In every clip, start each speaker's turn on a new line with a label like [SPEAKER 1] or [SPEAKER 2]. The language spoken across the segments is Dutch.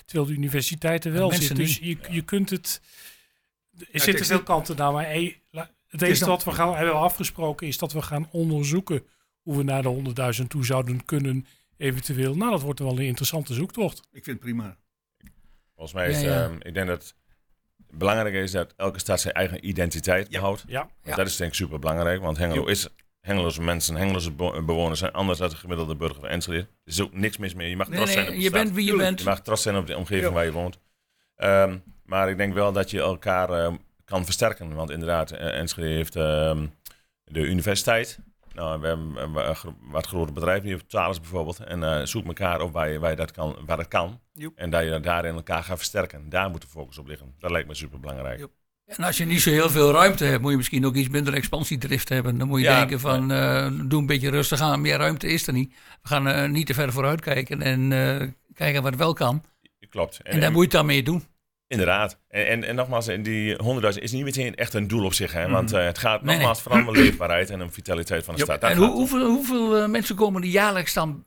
[SPEAKER 1] terwijl de universiteiten wel zitten. Dus je kunt het... Er zitten veel kanten naar, maar het eerste wat we hebben afgesproken is dat we gaan onderzoeken hoe we naar de 100.000 toe zouden kunnen eventueel. Nou, dat wordt wel een interessante zoektocht.
[SPEAKER 2] Ik vind het prima.
[SPEAKER 3] Volgens mij is ik denk dat het belangrijk is dat elke stad zijn eigen identiteit behoudt.
[SPEAKER 1] Ja.
[SPEAKER 3] Dat is denk ik super belangrijk, want Hengeloze mensen, Hengeloze bewoners zijn anders dan de gemiddelde burger van Enschede. Er is ook niks mis mee. Je mag trots zijn op
[SPEAKER 4] je bent wie je bent.
[SPEAKER 3] Je mag trots zijn op de omgeving waar je woont. Maar ik denk wel dat je elkaar kan versterken. Want inderdaad, Enschede heeft de universiteit. Nou, we hebben een wat grotere bedrijf, die heeft Thales bijvoorbeeld. En zoek elkaar op waar dat kan. Joep. En dat je daarin elkaar gaat versterken. Daar moet de focus op liggen. Dat lijkt me super belangrijk.
[SPEAKER 4] Joep. En als je niet zo heel veel ruimte hebt, moet je misschien ook iets minder expansiedrift hebben. Dan moet je denken van, doe een beetje rustig aan. Meer ruimte is er niet. We gaan niet te ver vooruit kijken en kijken wat wel kan.
[SPEAKER 3] Klopt.
[SPEAKER 4] En daar moet je het dan mee doen.
[SPEAKER 3] Inderdaad. En nogmaals, die 100.000 is niet meteen echt een doel op zich. Hè? Want het gaat nogmaals vooral om leefbaarheid en om vitaliteit van de stad.
[SPEAKER 4] En hoeveel mensen komen er jaarlijks dan?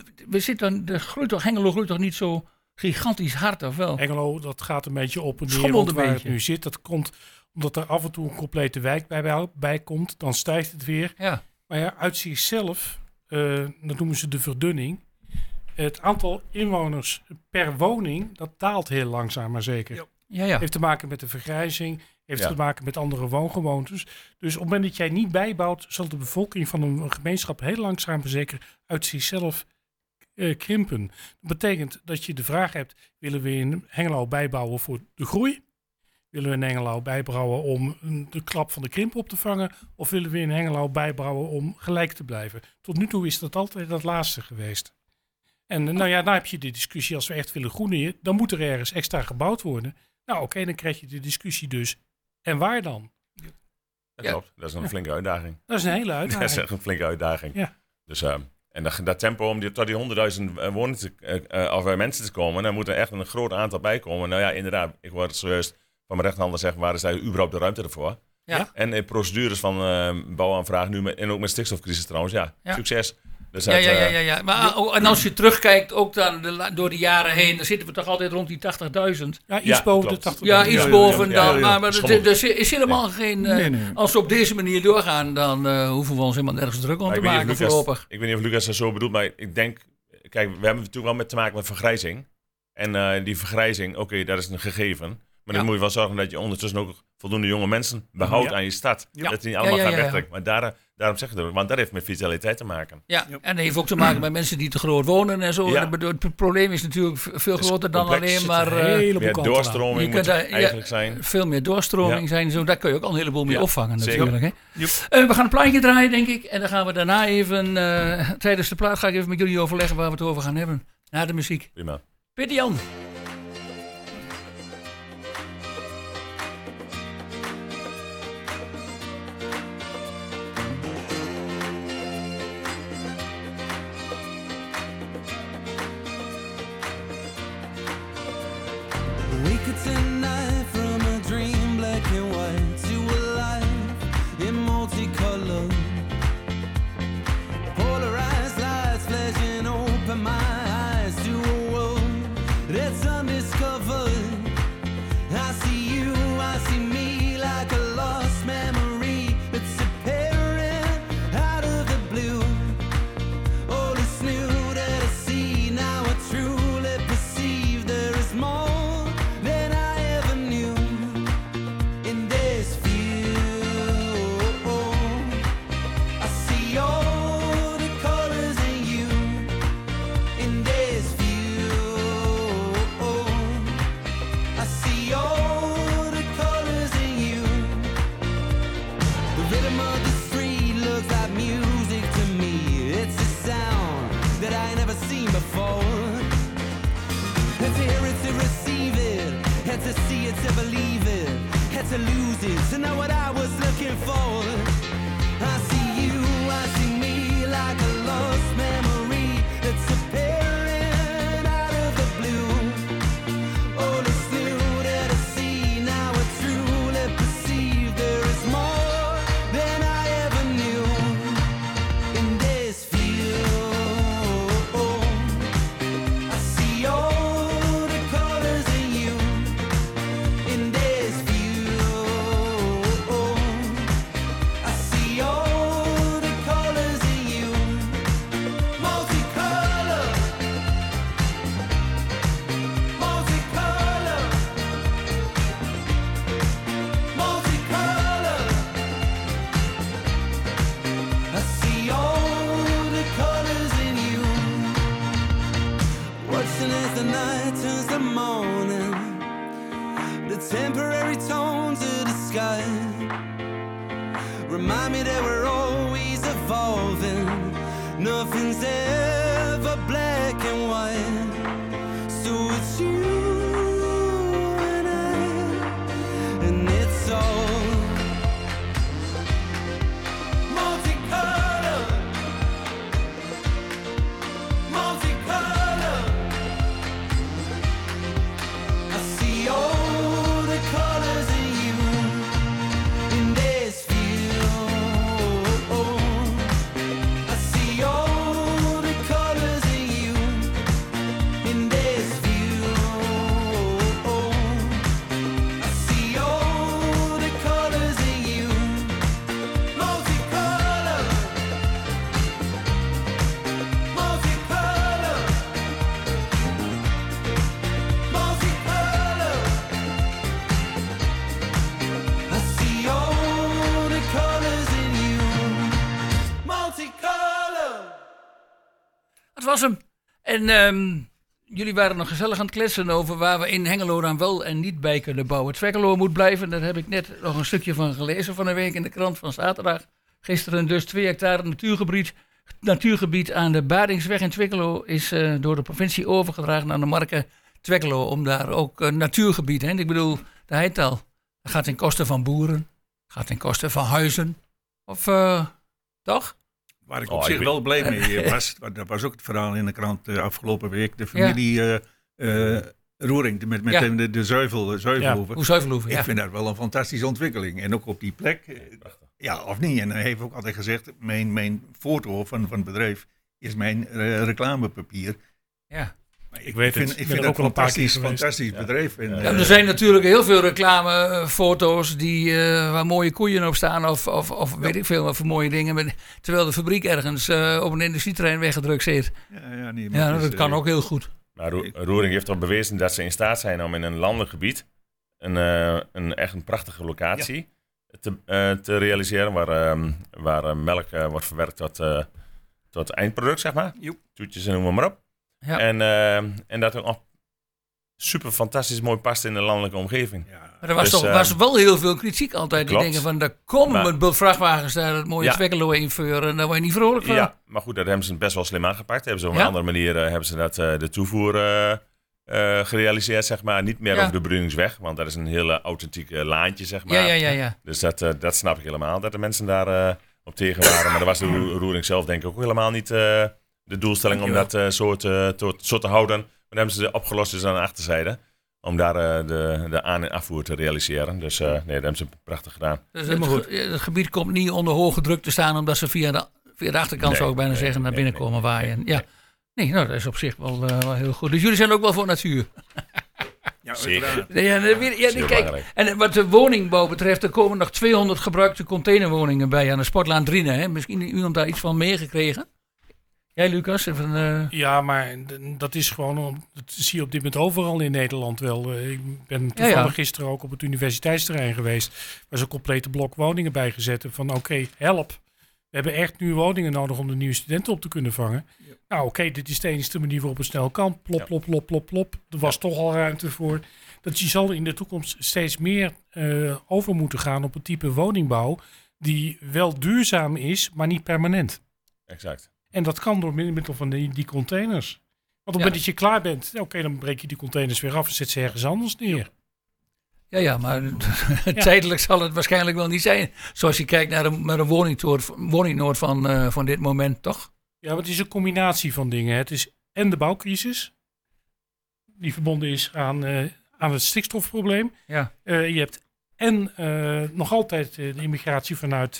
[SPEAKER 4] Hengelo groeit toch niet zo gigantisch hard, of wel?
[SPEAKER 1] Hengelo, dat gaat een beetje op en neer waar het nu zit. Dat komt omdat er af en toe een complete wijk bij komt. Dan stijgt het weer. Ja. Maar ja, uit zichzelf, dat noemen ze de verdunning. Het aantal inwoners per woning, dat daalt heel langzaam maar zeker. Ja. Heeft te maken met de vergrijzing, heeft te maken met andere woongewoontes. Dus op het moment dat jij niet bijbouwt, zal de bevolking van een gemeenschap heel langzaam maar zeker uit zichzelf krimpen. Dat betekent dat je de vraag hebt, willen we in Hengelo bijbouwen voor de groei? Willen we in Hengelo bijbouwen om de klap van de krimp op te vangen? Of willen we in Hengelo bijbouwen om gelijk te blijven? Tot nu toe is dat altijd dat laatste geweest. En nou ja, dan heb je de discussie, als we echt willen groeien, dan moet er ergens extra gebouwd worden. Nou oké, dan krijg je de discussie dus. En waar dan?
[SPEAKER 3] Dat klopt, dat is een flinke uitdaging.
[SPEAKER 1] Dat is een hele uitdaging.
[SPEAKER 3] Dat is echt een flinke uitdaging. Ja. Dus, en dat tempo om tot die 100.000 mensen te komen, dan moet er echt een groot aantal bij komen. Nou ja, inderdaad, ik word zojuist van mijn rechterhanden zeggen, waar is daar überhaupt de ruimte ervoor? Ja. En procedures van bouwaanvraag nu, en ook met stikstofcrisis trouwens, succes. Dus
[SPEAKER 4] ja. Maar en als je terugkijkt, ook dan door de jaren heen, dan zitten we toch altijd rond die 80.000.
[SPEAKER 1] Ja, iets boven de 80.000.
[SPEAKER 4] Ja, iets boven dan. Maar er is helemaal geen... Nee. Als we op deze manier doorgaan, dan hoeven we ons helemaal nergens druk om te maken voorlopig.
[SPEAKER 3] Ik weet niet of Lucas dat zo bedoelt, maar ik denk... Kijk, we hebben natuurlijk wel te maken met vergrijzing. En die vergrijzing, oké, dat is een gegeven. Maar dan moet je wel zorgen dat je ondertussen ook voldoende jonge mensen behoudt aan je stad. Ja. Dat die niet allemaal gaan wegtrekken. Maar daarom zeg ik het, want dat heeft met vitaliteit te maken.
[SPEAKER 4] Ja, en dat heeft ook te maken met mensen die te groot wonen en zo. Ja. Het probleem is natuurlijk veel groter dan alleen maar...
[SPEAKER 3] meer doorstroming moet eigenlijk zijn.
[SPEAKER 4] Veel meer doorstroming zijn. Zo, daar kun je ook al een heleboel mee opvangen natuurlijk. Hè? We gaan een plaatje draaien, denk ik. En dan gaan we daarna even, tijdens de plaat ga ik even met jullie overleggen waar we het over gaan hebben. Na de muziek.
[SPEAKER 3] Prima.
[SPEAKER 4] Peter Jan.
[SPEAKER 2] the morning, the temporary tones of the sky remind me that we're always evolving. Nothing's ever black and white. So it's you and I, and it's all multicolored, multicolored. I see all the colors in you in this view. I see all the colors in you in this view. I see all the colors in you, multicolored, multicolored, multicolored. I see all the colors in you, multicolored.
[SPEAKER 4] Dat was hem. En jullie waren nog gezellig aan het kletsen over waar we in Hengelo dan wel en niet bij kunnen bouwen. Twekelo moet blijven, daar heb ik net nog een stukje van gelezen van een week in de krant van zaterdag. Gisteren dus 2 hectare natuurgebied aan de Badingsweg in Twekelo is door de provincie overgedragen aan de marke Twekelo. Om daar ook natuurgebied, hè? Ik bedoel, daar heet het al. Dat gaat ten koste van boeren, gaat ten koste van huizen. Of toch?
[SPEAKER 5] Waar ik op zich wel blij mee was, dat was ook het verhaal in de krant afgelopen week. De familie Roering met de Zuivelhoeven.
[SPEAKER 4] Hoe Zuivelhoeven,
[SPEAKER 5] Ik vind dat wel een fantastische ontwikkeling. En ook op die plek, of niet. En hij heeft ook altijd gezegd, mijn foto van het bedrijf is mijn reclamepapier.
[SPEAKER 4] Ja.
[SPEAKER 5] Ik vind het ook een fantastisch bedrijf. En,
[SPEAKER 4] er zijn natuurlijk heel veel reclamefoto's waar mooie koeien op staan of weet ik veel wat voor mooie dingen. Terwijl de fabriek ergens op een industrieterrein weggedrukt zit. Dat kan ook heel goed.
[SPEAKER 3] Maar Roering heeft al bewezen dat ze in staat zijn om in een landelijk gebied echt een prachtige locatie te realiseren. Waar melk wordt verwerkt tot eindproduct, zeg maar. Toetjes en noem maar op. Ja. En dat ook super fantastisch mooi past in de landelijke omgeving. Ja.
[SPEAKER 4] Maar er was wel heel veel kritiek altijd. Die denken van, daar komen met vrachtwagens daar het mooie Twekelo invuren. En daar word je niet vrolijk van.
[SPEAKER 3] Ja, maar goed, dat hebben ze best wel slim aangepakt. Hebben ze op een andere manier hebben ze de toevoer gerealiseerd, zeg maar. Niet meer over de Bruningsweg, want dat is een hele authentieke laantje, zeg maar.
[SPEAKER 4] Ja.
[SPEAKER 3] Dus dat snap ik helemaal, dat de mensen daar op tegen waren. Maar dat was de Roering zelf denk ik ook helemaal niet de doelstelling om dat zo te houden. Maar dan hebben ze opgelost dus aan de achterzijde. Om daar de aan- en afvoer te realiseren. Dus dat hebben ze prachtig gedaan.
[SPEAKER 4] Dus het gebied komt niet onder hoge druk te staan, omdat ze via de achterkant, zou ik bijna zeggen, naar binnen komen waaien. Nee, dat is op zich wel heel goed. Dus jullie zijn ook wel voor natuur.
[SPEAKER 5] Ja,
[SPEAKER 3] zeker.
[SPEAKER 4] Kijk, en wat de woningbouw betreft, er komen nog 200 gebruikte containerwoningen bij aan de Sportlaan Driene. Hè? Misschien iemand daar iets van meegekregen? Jij, Lucas?
[SPEAKER 1] Ja, maar dat is gewoon, dat zie je op dit moment overal in Nederland wel. Ik ben toevallig gisteren ook op het universiteitsterrein geweest, waar ze een complete blok woningen bij gezet hebben. Van oké, help. We hebben echt nu woningen nodig om de nieuwe studenten op te kunnen vangen. Ja. Nou oké, dit is de enige manier waarop het snel kan. Plop. Er was toch al ruimte voor. Dat je zal in de toekomst steeds meer over moeten gaan op een type woningbouw die wel duurzaam is, maar niet permanent.
[SPEAKER 3] Exact.
[SPEAKER 1] En dat kan door middel van die containers. Want op het moment dat je klaar bent, dan breek je die containers weer af en zet ze ergens anders neer.
[SPEAKER 4] Ja, maar tijdelijk zal het waarschijnlijk wel niet zijn. Zoals je kijkt naar een woningnood van dit moment, toch?
[SPEAKER 1] Ja, maar het is een combinatie van dingen. Het is en de bouwcrisis, die verbonden is aan het stikstofprobleem.
[SPEAKER 4] Ja.
[SPEAKER 1] Je hebt en nog altijd de immigratie vanuit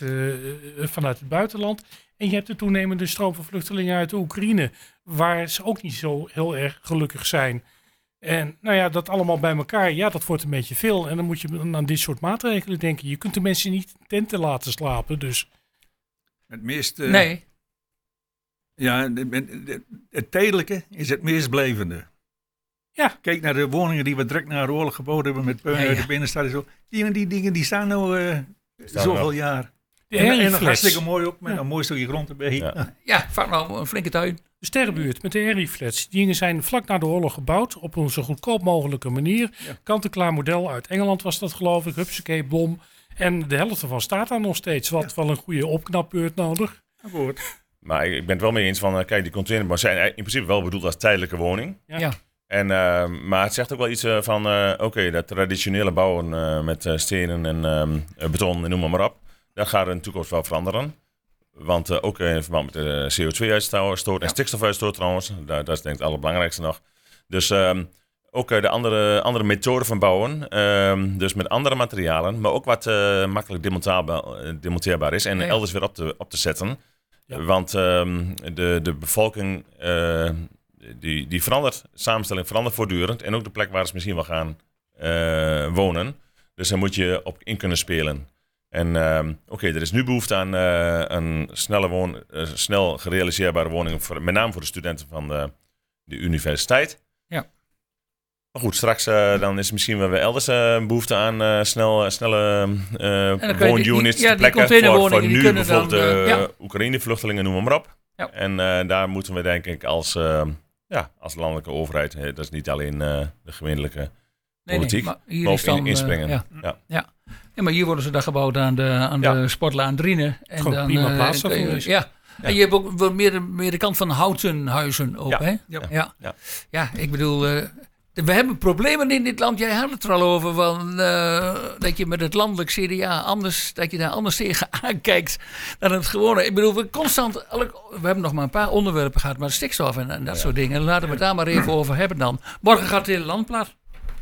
[SPEAKER 1] het buitenland. En je hebt de toenemende stroom van vluchtelingen uit de Oekraïne, waar ze ook niet zo heel erg gelukkig zijn. En nou ja, dat allemaal bij elkaar, dat wordt een beetje veel. En dan moet je aan dit soort maatregelen denken. Je kunt de mensen niet in tenten laten slapen, dus...
[SPEAKER 5] Het meest...
[SPEAKER 4] nee.
[SPEAKER 5] Ja, het tijdelijke is het meest blijvende.
[SPEAKER 1] Ja.
[SPEAKER 5] Kijk naar de woningen die we direct na de oorlog gebouwd hebben met puin uit de binnenstad en zo. Die dingen die staan nou zoveel jaar. En nog hartstikke mooi ook, met een mooi stukje grond erbij.
[SPEAKER 4] Ja, vaak nou een flinke tuin.
[SPEAKER 1] De Sterrenbuurt met de Henry-flats. Die dingen zijn vlak na de oorlog gebouwd op een zo goedkoop mogelijke manier. Ja. Kant-en-klaar model uit Engeland was dat, geloof ik. Hupsakee, bom. En de helft ervan staat daar nog steeds. Wat wel een goede opknapbeurt nodig.
[SPEAKER 5] Goed.
[SPEAKER 3] Maar ik ben het wel mee eens van, kijk, die containerbouw zijn in principe wel bedoeld als tijdelijke woning.
[SPEAKER 4] Ja.
[SPEAKER 3] En, maar het zegt ook wel iets van, dat traditionele bouwen met stenen en beton en noem maar op. Dat gaat in de toekomst wel veranderen. Want ook in verband met de CO2-uitstoot en stikstofuitstoot trouwens. Dat is denk ik het allerbelangrijkste nog. Dus ook de andere methoden van bouwen. Dus met andere materialen. Maar ook wat makkelijk demonteerbaar is. En elders weer op te zetten. Ja. Want de bevolking die verandert. Samenstelling verandert voortdurend. En ook de plek waar ze misschien wel gaan wonen. Dus daar moet je op in kunnen spelen. En er is nu behoefte aan een snel gerealiseerbare woning, met name voor de studenten van de universiteit.
[SPEAKER 4] Ja.
[SPEAKER 3] Maar goed, straks dan is misschien wel weer elders behoefte aan snelle woonunits, plekken voor nu bijvoorbeeld Oekraïne-vluchtelingen, noem maar op. Ja. En daar moeten we denk ik als landelijke overheid, dat is niet alleen de gemeentelijke politiek, maar ook inspringen.
[SPEAKER 4] Ja, maar hier worden ze dan gebouwd aan de Sportlaan Driene. En
[SPEAKER 1] gewoon
[SPEAKER 4] dan
[SPEAKER 1] prima plaats daarvoor.
[SPEAKER 4] En je hebt ook wel meer de kant van houten huizen ook, hè? Ja, ik bedoel, we hebben problemen in dit land. Jij had het er al over, dat je met het landelijk CDA dat je daar anders tegen aankijkt dan het gewone. Ik bedoel, we hebben nog maar een paar onderwerpen gehad, maar stikstof en dat soort dingen. Laten we het daar maar even over hebben dan. Morgen gaat het hele land plat.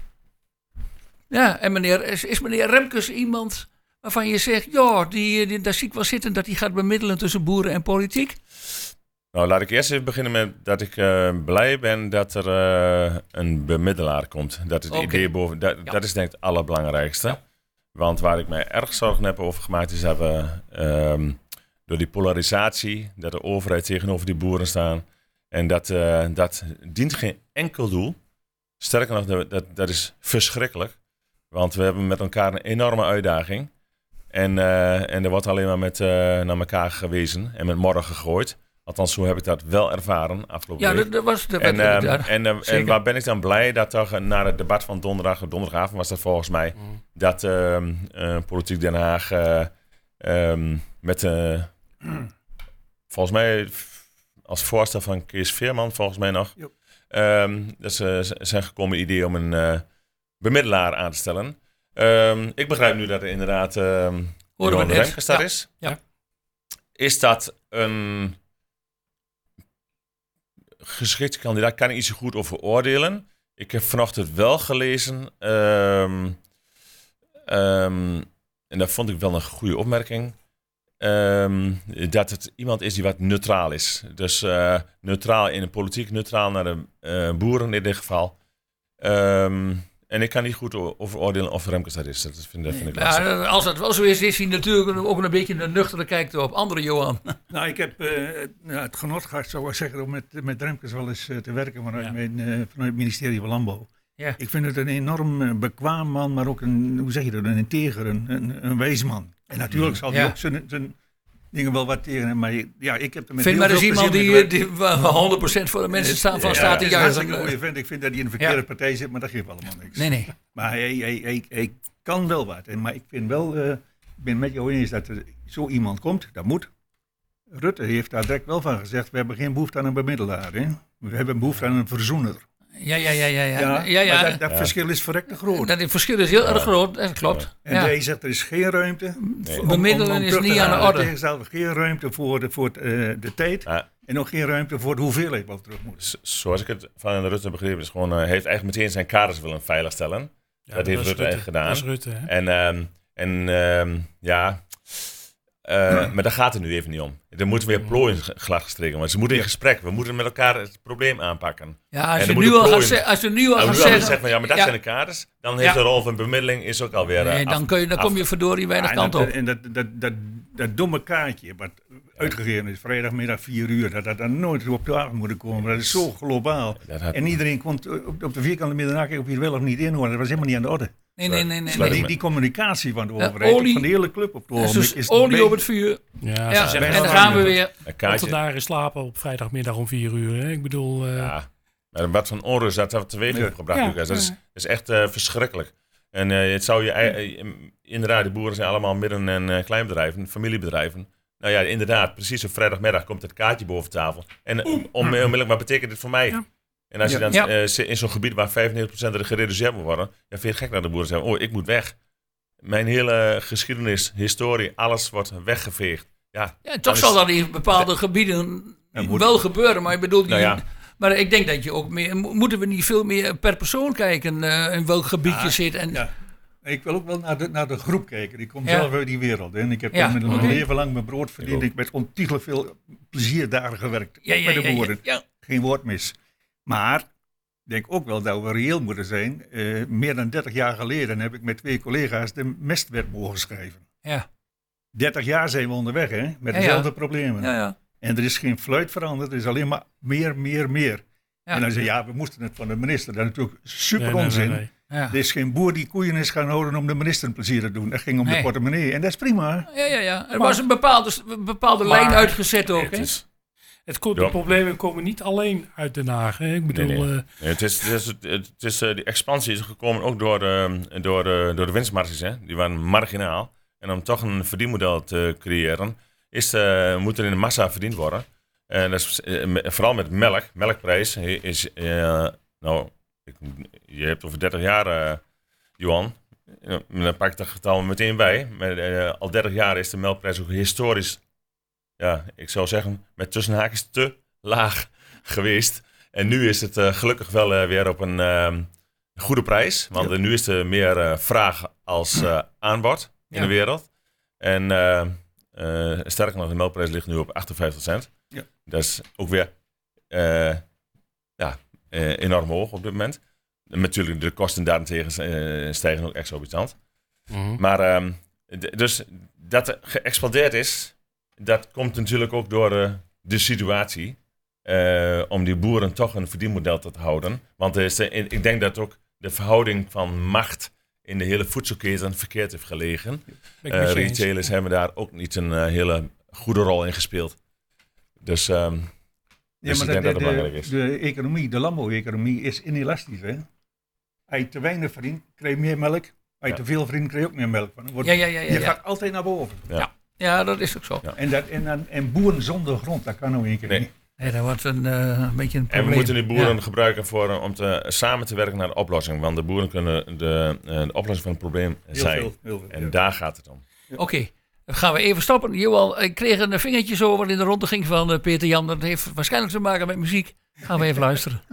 [SPEAKER 4] Ja, en is meneer Remkes iemand waarvan je zegt, ja, daar zie ik wel zitten dat hij gaat bemiddelen tussen boeren en politiek?
[SPEAKER 3] Nou, laat ik eerst even beginnen met dat ik blij ben dat er een bemiddelaar komt. Dat het idee boven, dat is denk ik het allerbelangrijkste. Ja. Want waar ik mij erg zorgen heb over gemaakt is dat we door die polarisatie, dat de overheid tegenover die boeren staan. En dat dient geen enkel doel. Sterker nog, dat is verschrikkelijk. Want we hebben met elkaar een enorme uitdaging. En er wordt alleen maar met naar elkaar gewezen en met morgen gegooid. Althans, zo heb ik dat wel ervaren afgelopen week.
[SPEAKER 4] Dat was de
[SPEAKER 3] en waar ben ik dan blij dat toch na het debat van donderdagavond was dat volgens mij, dat Politiek Den Haag met volgens mij als voorstel van Kees Veerman volgens mij nog, dat ze zijn gekomen idee om een bemiddelaar aan te stellen. Ik begrijp nu dat er inderdaad Johan Remkes daar is.
[SPEAKER 4] Ja.
[SPEAKER 3] Is dat een geschikte kandidaat? Kan ik iets zo goed over oordelen? Ik heb vanochtend wel gelezen, en dat vond ik wel een goede opmerking, dat het iemand is die wat neutraal is. Dus neutraal in de politiek, neutraal naar de boeren in dit geval. En ik kan niet goed over oordelen of Remkes dat is. Dat vind ik lastig.
[SPEAKER 4] Als dat wel zo is hij natuurlijk ook een beetje een nuchtere kijk op andere Johan.
[SPEAKER 5] Nou, ik heb het genot gehad, zou ik zeggen, om met Remkes wel eens te werken vanuit het ministerie van Landbouw. Ja. Ik vind het een enorm bekwaam man, maar ook een integer, een weesman. En natuurlijk zal hij ook zijn dingen wel wat tegen hem, maar ik heb er met
[SPEAKER 4] vind maar eens iemand die 100% voor de mensen staat te juichen.
[SPEAKER 5] Ik vind dat hij in de verkeerde partij zit, maar dat geeft allemaal niks.
[SPEAKER 4] Nee.
[SPEAKER 5] Maar hij kan wel wat. Maar ik vind wel, ik ben met jou eens dat er zo iemand komt, dat moet. Rutte heeft daar direct wel van gezegd, we hebben geen behoefte aan een bemiddelaar. Hè? We hebben behoefte aan een verzoener.
[SPEAKER 4] Ja.
[SPEAKER 5] Dat verschil is verrekte groot.
[SPEAKER 4] Dat verschil is heel erg groot, dat klopt.
[SPEAKER 5] En hij zegt, er is geen ruimte.
[SPEAKER 4] Bemiddelen is niet aan de orde.
[SPEAKER 5] Tegenstelde geen ruimte voor de tijd. En ook geen ruimte voor de hoeveelheid wat terug moet.
[SPEAKER 3] Zoals ik het van Rutte begrepen is gewoon, heeft eigenlijk meteen zijn kaders willen veiligstellen. Ja, dat heeft Rutte echt gedaan.
[SPEAKER 1] Dat is Rutte, hè?
[SPEAKER 3] Maar daar gaat het nu even niet om. Er moeten weer plooien glad gestreken worden. Ze moeten in gesprek. We moeten met elkaar het probleem aanpakken.
[SPEAKER 4] Ja, als je nu al gaat zeggen...
[SPEAKER 3] maar dat zijn de kaders. Dan heeft de rol van bemiddeling is ook alweer
[SPEAKER 4] dan kom je verdorie weinig kant op.
[SPEAKER 5] En dat domme kaartje wat uitgegeven is, vrijdagmiddag 4:00, dat nooit op tafel moet komen. Dat is zo globaal. En iedereen kon op de vierkante midden nakijken of je er wel of niet in hoort. Dat was helemaal niet aan de orde.
[SPEAKER 4] Nee.
[SPEAKER 5] Die communicatie van de overheid, van de hele club op de ogenblik
[SPEAKER 4] is olie op het vuur.
[SPEAKER 1] Ja,
[SPEAKER 4] en dan gaan we weer.
[SPEAKER 1] Ambtenaren slapen op vrijdagmiddag om 4 uur. Hè? Ik bedoel...
[SPEAKER 3] Maar wat van onrust dat teweeg heeft gebracht, Lucas. Dat is echt verschrikkelijk. En het zou inderdaad, de boeren zijn allemaal midden- en kleinbedrijven, familiebedrijven. Nou ja, inderdaad, precies op vrijdagmiddag komt het kaartje boven tafel. En onmiddellijk, wat betekent dit voor mij? Ja. En als je dan in zo'n gebied waar 95% gereduceerd moet worden, dan vind je het gek dat de boeren zeggen, ik moet weg. Mijn hele geschiedenis, historie, alles wordt weggeveegd. Ja,
[SPEAKER 4] toch zal dat in bepaalde gebieden wel gebeuren, maar ik bedoel... Maar ik denk dat je ook meer... Moeten we niet veel meer per persoon kijken in welk gebied je zit? En...
[SPEAKER 5] Ik wil ook wel naar de groep kijken. Ik kom zelf uit die wereld. En ik heb mijn leven lang mijn brood verdiend. Ik met ontiegelijk veel plezierdagen gewerkt. Bij de boeren. Geen woord mis. Maar ik denk ook wel dat we reëel moeten zijn. Meer dan 30 jaar geleden heb ik met 2 collega's de mestwet mogen schrijven.
[SPEAKER 4] Ja.
[SPEAKER 5] 30 jaar zijn we onderweg, hè? Met dezelfde problemen.
[SPEAKER 4] Ja.
[SPEAKER 5] En er is geen fluit veranderd. Er is alleen maar meer. Ja. En dan zeg je, we moesten het van de minister. Dat is natuurlijk super onzin. Nee. Ja. Er is geen boer die koeien is gaan houden om de minister een plezier te doen. Dat ging om de portemonnee. En dat is prima.
[SPEAKER 4] Ja. Er was een bepaalde lijn uitgezet ook.
[SPEAKER 1] De problemen komen niet alleen uit Den Haag. Hè? Ik bedoel...
[SPEAKER 3] Nee. Die expansie is gekomen ook door de winstmarges. Hè? Die waren marginaal. En om toch een verdienmodel te creëren... moet er in de massa verdiend worden. En dat is, vooral met melk. Melkprijs is... je hebt over 30 jaar, Johan. Dan pak ik dat getal meteen bij. Maar, al 30 jaar is de melkprijs ook historisch... Ja, ik zou zeggen, met tussenhaakjes te laag geweest. En nu is het gelukkig wel weer op een goede prijs. Want nu is er meer vraag als aanbod in de wereld. En... sterker nog, de melkprijs ligt nu op 58 cent. Ja. Dat is ook weer enorm hoog op dit moment. Natuurlijk, de kosten daarentegen stijgen ook exorbitant. Mm-hmm. Maar dus dat er geëxplodeerd is, dat komt natuurlijk ook door de situatie. Om die boeren toch een verdienmodel te houden. Want ik denk dat ook de verhouding van macht in de hele voedselketen verkeerd heeft gelegen. Retailers hebben daar ook niet een hele goede rol in gespeeld. Dus ik denk dat het belangrijk is.
[SPEAKER 5] De economie, de landbouweconomie is inelastisch. Hè? Als je te weinig verdient, krijg je meer melk. Als je te veel verdient, krijg je ook meer melk. Je gaat altijd naar boven.
[SPEAKER 4] Ja, dat is ook zo.
[SPEAKER 5] Ja. En boeren zonder grond, dat kan nou één keer niet.
[SPEAKER 4] Nee, dat wordt een beetje een probleem.
[SPEAKER 3] En we moeten die boeren gebruiken om samen te werken naar de oplossing. Want de boeren kunnen de oplossing van het probleem zijn. Heel veel, en daar gaat het om.
[SPEAKER 4] Oké, dan gaan we even stoppen. Johan, ik kreeg een vingertje zo wat in de ronde ging van Peter Jan. Dat heeft waarschijnlijk te maken met muziek. Gaan we even luisteren.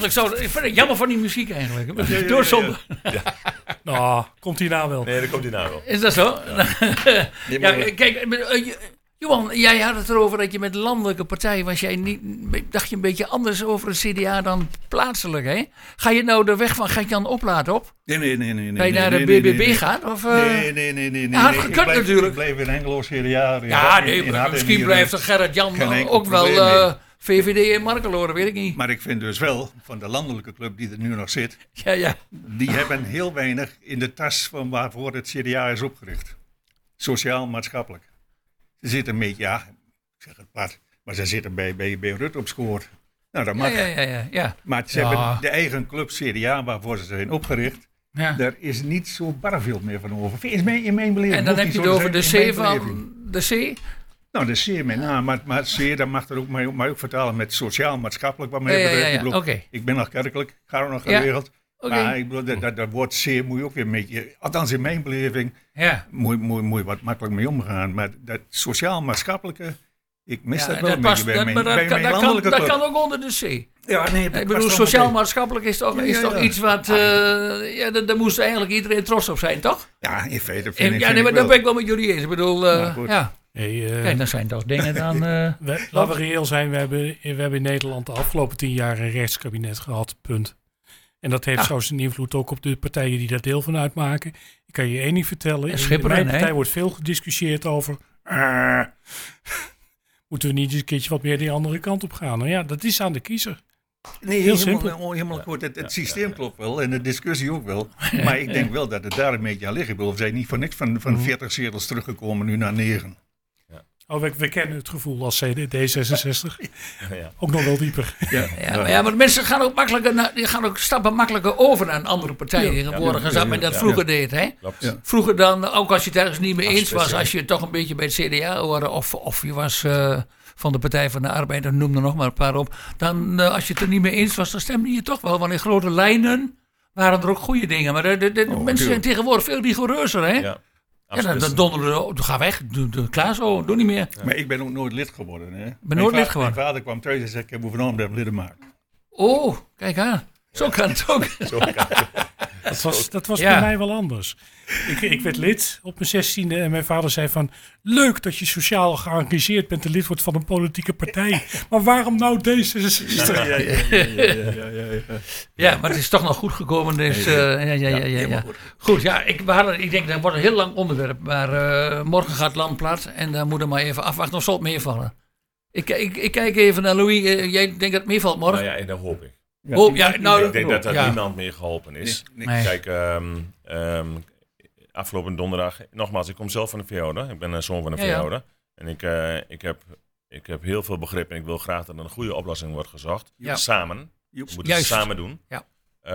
[SPEAKER 4] ik vind het jammer van die muziek eigenlijk. Doorzonde.
[SPEAKER 1] Ja. Nou, komt hij nou wel?
[SPEAKER 3] Nee, dat komt hij nou wel.
[SPEAKER 4] Is dat zo? Kijk, Johan, jij had het erover dat je met landelijke partijen dacht je een beetje anders over het CDA dan plaatselijk, hè? Ga je nou de weg van Gert-Jan Oplaat op?
[SPEAKER 5] Nee.
[SPEAKER 4] Ga je naar de BBB gaan? Of,
[SPEAKER 5] Nee.
[SPEAKER 4] Had gekund natuurlijk.
[SPEAKER 5] Ik bleef in Hengelo CDA.
[SPEAKER 4] Misschien blijft Gerrit-Jan ook wel VVD en Markeloren, weet ik niet.
[SPEAKER 5] Maar ik vind dus wel, van de landelijke club die er nu nog zit,
[SPEAKER 4] Ja.
[SPEAKER 5] die hebben heel weinig in de tas van waarvoor het CDA is opgericht. Sociaal-maatschappelijk. Ze zitten een beetje, ik zeg het plat, maar ze zitten bij Rutte op scoor. Nou, dat mag.
[SPEAKER 4] Ja.
[SPEAKER 5] Maar ze hebben de eigen club CDA waarvoor ze zijn opgericht. Ja. Daar is niet zo bar veel meer van over. Is in mijn beleving.
[SPEAKER 4] En dan heb je het over de C van de C?
[SPEAKER 5] Nou, de C met naam, maar C, dat mag er ook, maar ook vertalen met sociaal-maatschappelijk. Wat mij betreft. Ik ben nog kerkelijk, ik ga er nog geregeld. Maar ik bedoel, dat woord C moet je ook weer een beetje, althans in mijn beleving, moet je wat makkelijk mee omgaan. Maar dat sociaal-maatschappelijke, ik mis dat wel een beetje bij mijn landelijke club.
[SPEAKER 4] Dat kan ook onder de C.
[SPEAKER 5] Ja, nee,
[SPEAKER 4] ik bedoel, sociaal-maatschappelijk is toch iets wat, daar moest eigenlijk iedereen trots op zijn, toch?
[SPEAKER 5] Ja, in feite vind ik
[SPEAKER 4] maar dat ben ik wel met jullie eens. Ik bedoel,
[SPEAKER 1] Hey,
[SPEAKER 4] dat zijn toch dingen dan...
[SPEAKER 1] laten we reëel zijn, we hebben in Nederland de afgelopen 10 jaar een rechtskabinet gehad, punt. En dat heeft zo zijn invloed ook op de partijen die daar deel van uitmaken. Ik kan je één ding vertellen. In mijn partij wordt veel gediscussieerd over... moeten we niet eens een keertje wat meer die andere kant op gaan? Nou ja, dat is aan de kiezer.
[SPEAKER 5] Nee, helemaal goed. Het systeem klopt wel en de discussie ook wel. Maar ik denk wel dat het daar een beetje aan ligt. Ik bedoel, we zijn niet voor niks van 40 zetels teruggekomen nu naar 9.
[SPEAKER 1] Oh, we kennen het gevoel als D66. Ook nog wel dieper.
[SPEAKER 4] Maar de mensen gaan ook stappen makkelijker over naar een andere partij tegenwoordig. Dan men dat vroeger deed. Hè? Vroeger dan, ook als je het ergens niet mee eens was, als je toch een beetje bij het CDA hoorde, of je was van de Partij van de Arbeid, noem er nog maar een paar op. Dan, als je het er niet mee eens was, dan stemde je toch wel. Want in grote lijnen waren er ook goede dingen. Maar de mensen zijn tegenwoordig veel rigoureuzer, hè? Ja. Dan donderen, ga weg, klaar zo, doe niet meer.
[SPEAKER 5] Ja. Maar ik ben ook nooit lid geworden. Hè?
[SPEAKER 4] Mijn
[SPEAKER 5] vader kwam thuis en zei, ik heb overnomen dat lid maken.
[SPEAKER 4] Oh, kijk aan. Zo kan het ook.
[SPEAKER 1] Dat was bij mij wel anders. Ik werd lid op mijn 16e en mijn vader zei van... Leuk dat je sociaal geëngageerd bent en lid wordt van een politieke partij. Maar waarom nou D66?
[SPEAKER 4] Ja, maar het is toch nog goed gekomen. Dus, Goed, ik denk dat wordt een heel lang onderwerp. Maar morgen gaat het land plat en dan moeten we maar even afwachten of zal het meevallen. Ik kijk even naar Louis. Jij denkt dat het meevalt morgen?
[SPEAKER 3] Nou ja, dat hoop ik.
[SPEAKER 4] Ik
[SPEAKER 3] denk dat er niemand meer geholpen is. Nee. Kijk, afgelopen donderdag, nogmaals, ik kom zelf van de VO. Ik ben een zoon van de VO. En ik heb heel veel begrip en ik wil graag dat er een goede oplossing wordt gezocht. Samen. We moeten het samen doen. Ja.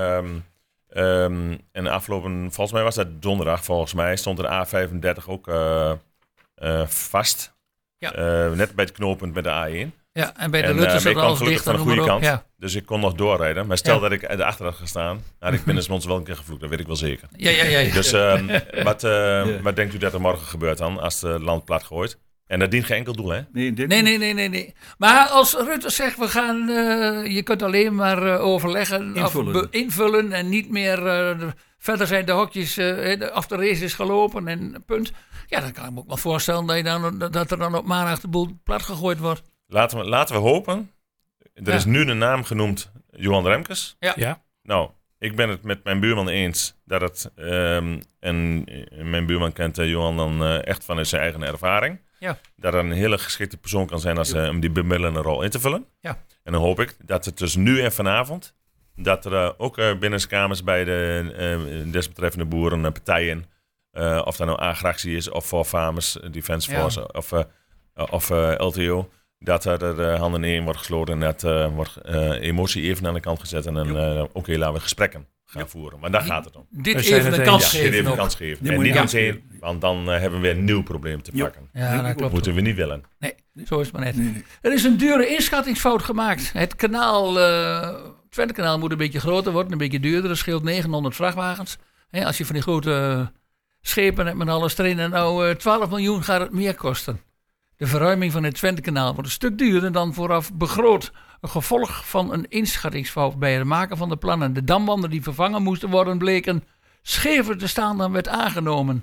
[SPEAKER 3] En afgelopen, volgens mij was dat donderdag, stond er A35 ook vast. Ja. Net bij het knooppunt met de A1.
[SPEAKER 4] Ja, en bij de Lutte zat alles dicht
[SPEAKER 3] van de goede kant. Ja. Dus ik kon nog doorrijden. Maar stel dat ik erachter had gestaan, had ik binnensmonds wel een keer gevloekt. Dat weet ik wel zeker.
[SPEAKER 4] Ja.
[SPEAKER 3] Dus wat denkt u dat er morgen gebeurt dan, als het land plat gooit? En dat dient geen enkel doel, hè?
[SPEAKER 4] Nee. Maar als Rutte zegt, we gaan, je kunt alleen maar overleggen, invullen en niet meer, verder zijn de hokjes, of de race is gelopen en punt. Ja, dan kan ik me ook wel voorstellen dat er dan op maandag de boel plat gegooid wordt.
[SPEAKER 3] Laten we hopen. Er is nu een naam genoemd, Johan Remkes.
[SPEAKER 1] Ja.
[SPEAKER 3] Nou, ik ben het met mijn buurman eens dat het... en mijn buurman kent Johan dan echt vanuit zijn eigen ervaring. Ja. Dat er een hele geschikte persoon kan zijn om die bemiddelende rol in te vullen. Ja. En dan hoop ik dat het dus nu en vanavond... dat er ook binnenskamers bij de desbetreffende boeren partijen... of dat nou Agractie is of voor Farmers Defence Force of LTO... dat er handen in wordt gesloten en dat wordt emotie even aan de kant gezet. En dan laten we gesprekken gaan voeren. Maar daar gaat het om.
[SPEAKER 4] Dit even een kans geven.
[SPEAKER 3] Dit even een kans geven. En niet meteen, want dan hebben we weer een nieuw probleem te pakken.
[SPEAKER 4] Ja, dat klopt.
[SPEAKER 3] Moeten we niet willen.
[SPEAKER 4] Nee, zo is het maar net. Nee. Er is een dure inschattingsfout gemaakt. Het kanaal, Twentekanaal moet een beetje groter worden, een beetje duurder. Er scheelt 900 vrachtwagens. Als je van die grote schepen hebt met alles erin. En nou 12 miljoen gaat het meer kosten. De verruiming van het Twentekanaal wordt een stuk duurder dan vooraf begroot. een gevolg van een inschattingsfout bij het maken van de plannen. De damwanden die vervangen moesten worden bleken schever te staan dan werd aangenomen.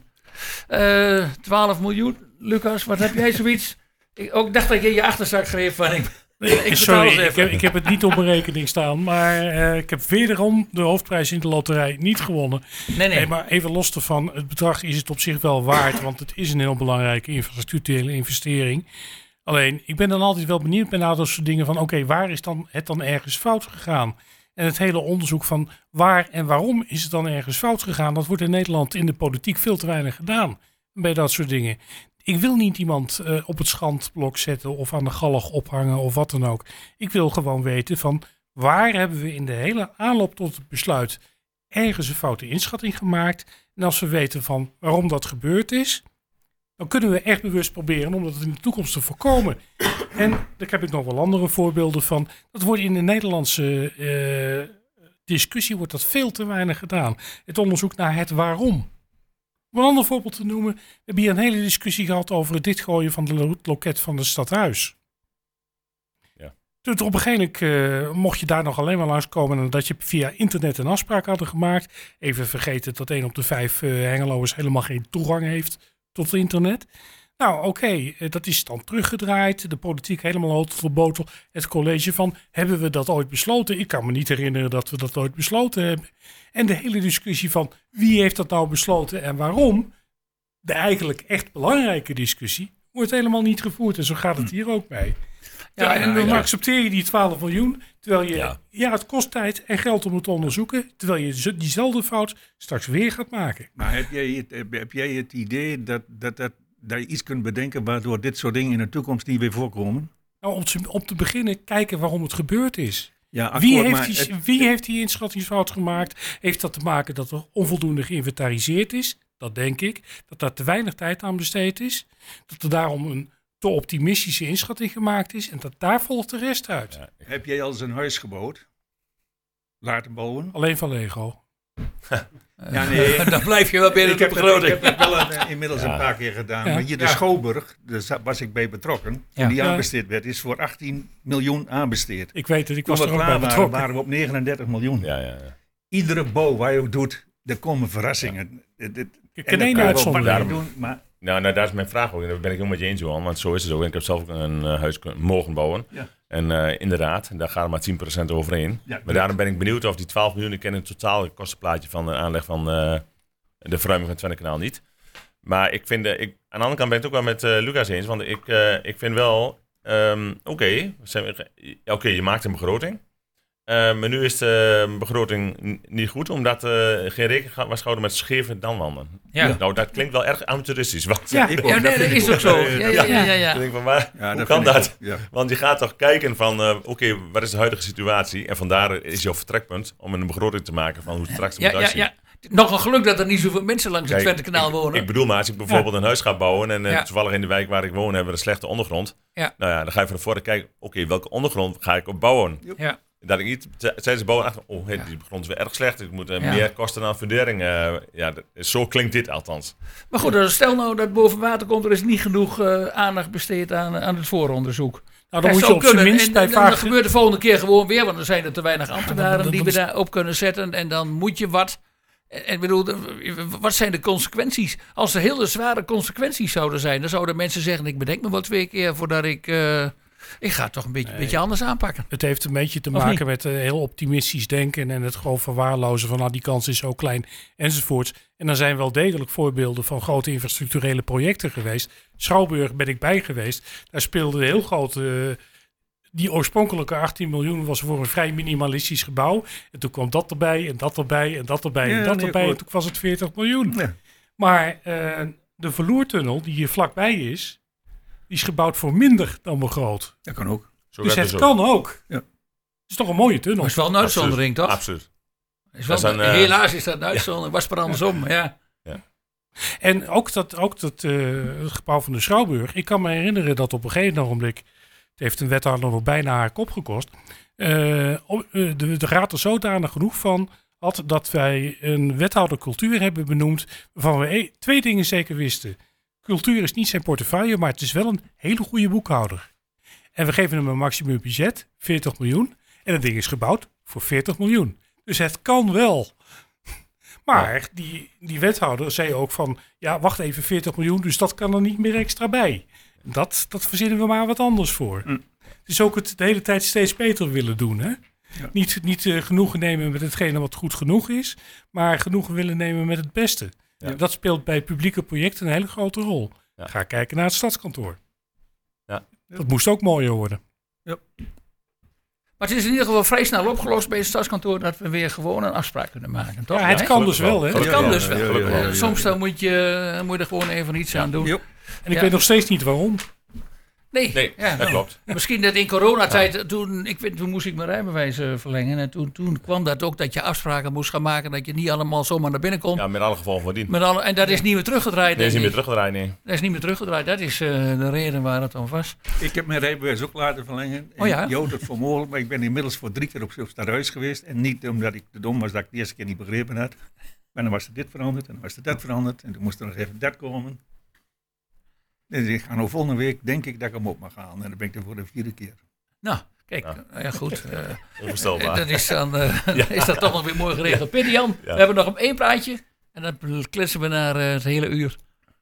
[SPEAKER 4] 12 miljoen, Lucas, wat heb jij zoiets? Ik ook dacht dat je in je achterzak schreef van...
[SPEAKER 1] Ik heb het niet op mijn rekening staan, maar ik heb wederom de hoofdprijs in de loterij niet gewonnen. Nee, maar even los ervan, het bedrag is het op zich wel waard, want het is een heel belangrijke infrastructurele investering. Alleen, ik ben dan altijd wel benieuwd bij dat soort dingen van, oké, waar is het dan ergens fout gegaan? En het hele onderzoek van waar en waarom is het dan ergens fout gegaan, dat wordt in Nederland in de politiek veel te weinig gedaan bij dat soort dingen. Ik wil niet iemand op het schandblok zetten of aan de galg ophangen of wat dan ook. Ik wil gewoon weten van waar hebben we in de hele aanloop tot het besluit ergens een foute inschatting gemaakt. En als we weten van waarom dat gebeurd is, dan kunnen we echt bewust proberen om dat in de toekomst te voorkomen. En daar heb ik nog wel andere voorbeelden van. Dat wordt in de Nederlandse discussie wordt dat veel te weinig gedaan. Het onderzoek naar het waarom. Om een ander voorbeeld te noemen, we hebben hier een hele discussie gehad over het dichtgooien van het loket van het stadhuis. Ja. Toen op een gegeven moment mocht je daar nog alleen maar langskomen nadat je via internet een afspraak hadden gemaakt. Even vergeten dat 1 op de 5 Hengeloers helemaal geen toegang heeft tot internet. Nou oké, dat is dan teruggedraaid. De politiek helemaal hoog tot botel. Het college van, hebben we dat ooit besloten? Ik kan me niet herinneren dat we dat ooit besloten hebben. En de hele discussie van wie heeft dat nou besloten en waarom, de eigenlijk echt belangrijke discussie, wordt helemaal niet gevoerd. En zo gaat het hier ook mee. En dan accepteer je die 12 miljoen, terwijl je, het kost tijd en geld om het te onderzoeken, terwijl je diezelfde fout straks weer gaat maken.
[SPEAKER 5] Maar heb jij het idee dat je iets kunt bedenken waardoor dit soort dingen in de toekomst niet weer voorkomen?
[SPEAKER 1] Nou, om te beginnen kijken waarom het gebeurd is.
[SPEAKER 5] Ja, akkoord,
[SPEAKER 1] wie heeft die inschattingsfout gemaakt? Heeft dat te maken dat er onvoldoende geïnventariseerd is? Dat denk ik. Dat daar te weinig tijd aan besteed is. Dat er daarom een te optimistische inschatting gemaakt is. En dat daar volgt de rest uit. Ja.
[SPEAKER 5] Heb jij al eens een huis gebouwd? Laten bouwen?
[SPEAKER 1] Alleen van Lego.
[SPEAKER 4] Ja, nee. Dan blijf je wel binnen de begroting.
[SPEAKER 5] Ik heb het wel inmiddels een paar keer gedaan. Maar hier de Schouwburg, daar was ik bij betrokken. Toen die aanbesteed werd, is voor 18 miljoen aanbesteed.
[SPEAKER 1] Ik weet het, ik was er ook bij betrokken.
[SPEAKER 5] Waren we op 39 miljoen.
[SPEAKER 3] Ja.
[SPEAKER 5] Iedere bouw waar je ook doet, er komen verrassingen.
[SPEAKER 1] Ik kan één uitzondering doen.
[SPEAKER 3] Maar nou, daar is mijn vraag ook. En daar ben ik helemaal met je eens, Johan. Want zo is het ook. En ik heb zelf ook een huis mogen bouwen. Ja. En inderdaad, daar gaat er maar 10% overheen. Ja, maar daarom ben ik benieuwd of die 12 miljoen... Ik ken het totale kostenplaatje van de aanleg van de verruiming van het Twennekanaal niet. Maar ik vind... aan de andere kant ben ik het ook wel met Lucas eens. Want ik vind wel... Oké, je maakt een begroting. Maar nu is de begroting niet goed, omdat geen rekening was gehouden met scheve damwanden. Ja. Nou, dat klinkt wel erg amateuristisch. Want
[SPEAKER 4] dat is ook zo. Ja.
[SPEAKER 3] Ik denk van, maar hoe kan dat? Ja. Want je gaat toch kijken van, wat is de huidige situatie? En vandaar is jouw vertrekpunt om een begroting te maken van hoe het straks moet uitzien. Ja.
[SPEAKER 4] Nog een geluk dat er niet zoveel mensen langs het Twentekanaal wonen.
[SPEAKER 3] Ik bedoel maar, als ik bijvoorbeeld een huis ga bouwen en toevallig in de wijk waar ik woon hebben we een slechte ondergrond. Ja. Nou ja, dan ga je van tevoren kijken, welke ondergrond ga ik op bouwen? Ja. Dat ik niet tijdens de bouw achter, die grond is weer erg slecht. Ik moet meer kosten aan fundering. Zo klinkt dit althans.
[SPEAKER 4] Maar goed, stel nou dat boven water komt, er is niet genoeg aandacht besteed aan het vooronderzoek. Nou, dan moet je op zijn minst bij vaak... Dat gebeurt de volgende keer gewoon weer, want er zijn er te weinig ambtenaren die we daarop kunnen zetten. En dan moet je wat. En bedoel, wat zijn de consequenties? Als er hele zware consequenties zouden zijn, dan zouden mensen zeggen, ik bedenk me wel 2 keer voordat ik ga het toch een beetje anders aanpakken.
[SPEAKER 1] Het heeft een beetje te maken met heel optimistisch denken en het gewoon verwaarlozen van die kans is zo klein enzovoorts. En er zijn wel degelijk voorbeelden van grote infrastructurele projecten geweest. Schouwburg ben ik bij geweest. Daar speelde heel groot... Die oorspronkelijke 18 miljoen was voor een vrij minimalistisch gebouw. En toen kwam dat erbij en dat erbij en dat erbij en dat erbij. En toen was het 40 miljoen. Ja. Maar de verloertunnel die hier vlakbij is, die is gebouwd voor minder dan begroot.
[SPEAKER 5] Dat kan ook.
[SPEAKER 1] Dus het kan ook. Ja. Het is toch een mooie tunnel.
[SPEAKER 4] Maar het is wel een uitzondering, toch?
[SPEAKER 3] Absoluut.
[SPEAKER 4] Helaas is dat een uitzondering. Was maar andersom, ja.
[SPEAKER 1] En ook dat het gebouw van de Schouwburg. Ik kan me herinneren dat op een gegeven ogenblik... Het heeft een wethouder nog bijna haar kop gekost. De raad er zodanig genoeg van had dat wij een wethouder cultuur hebben benoemd. Waarvan we 2 dingen zeker wisten. Cultuur is niet zijn portefeuille, maar het is wel een hele goede boekhouder. En we geven hem een maximum budget, 40 miljoen. En het ding is gebouwd voor 40 miljoen. Dus het kan wel. Maar die wethouder zei ook van... ja, wacht even, 40 miljoen, dus dat kan er niet meer extra bij. Dat verzinnen we maar wat anders voor. Het is ook het de hele tijd steeds beter willen doen, hè? Ja. Niet genoegen nemen met hetgene wat goed genoeg is... maar genoegen willen nemen met het beste. Ja. Dat speelt bij publieke projecten een hele grote rol. Ja. Ga kijken naar het stadskantoor. Ja. Dat moest ook mooier worden. Ja.
[SPEAKER 4] Maar het is in ieder geval vrij snel opgelost bij het stadskantoor... dat we weer gewoon een afspraak kunnen maken, toch?
[SPEAKER 1] Ja, het kan dus wel, hè?
[SPEAKER 4] Het kan dus wel. Soms dan moet je er gewoon even iets aan doen.
[SPEAKER 1] En ik weet nog steeds niet waarom.
[SPEAKER 4] Nee,
[SPEAKER 3] dat klopt.
[SPEAKER 4] Misschien dat in coronatijd, toen moest ik mijn rijbewijs verlengen. En toen kwam dat ook dat je afspraken moest gaan maken. Dat je niet allemaal zomaar naar binnen komt.
[SPEAKER 3] Ja, met alle gevolgen van dien.
[SPEAKER 4] En dat is niet meer teruggedraaid.
[SPEAKER 3] Dat is niet meer teruggedraaid, nee.
[SPEAKER 4] Dat is niet meer teruggedraaid. Dat is de reden waar het om was.
[SPEAKER 5] Ik heb mijn rijbewijs ook laten verlengen. Jood het voor mogelijk. Maar ik ben inmiddels voor 3 keer op stadhuis geweest. En niet omdat ik te dom was dat ik de eerste keer niet begrepen had. Maar dan was er dit veranderd en dan was er dat veranderd. En toen moest er nog even dat komen. Dus ik ga nou volgende week, denk ik, dat ik hem op mag halen. En dan ben ik er voor de 4e keer.
[SPEAKER 4] Nou, kijk, goed.
[SPEAKER 3] Onvoorstelbaar.
[SPEAKER 4] Dat is dan is dat toch nog weer mooi geregeld. Peter Jan, we hebben nog 1 praatje. En dan kletsen we naar het hele uur.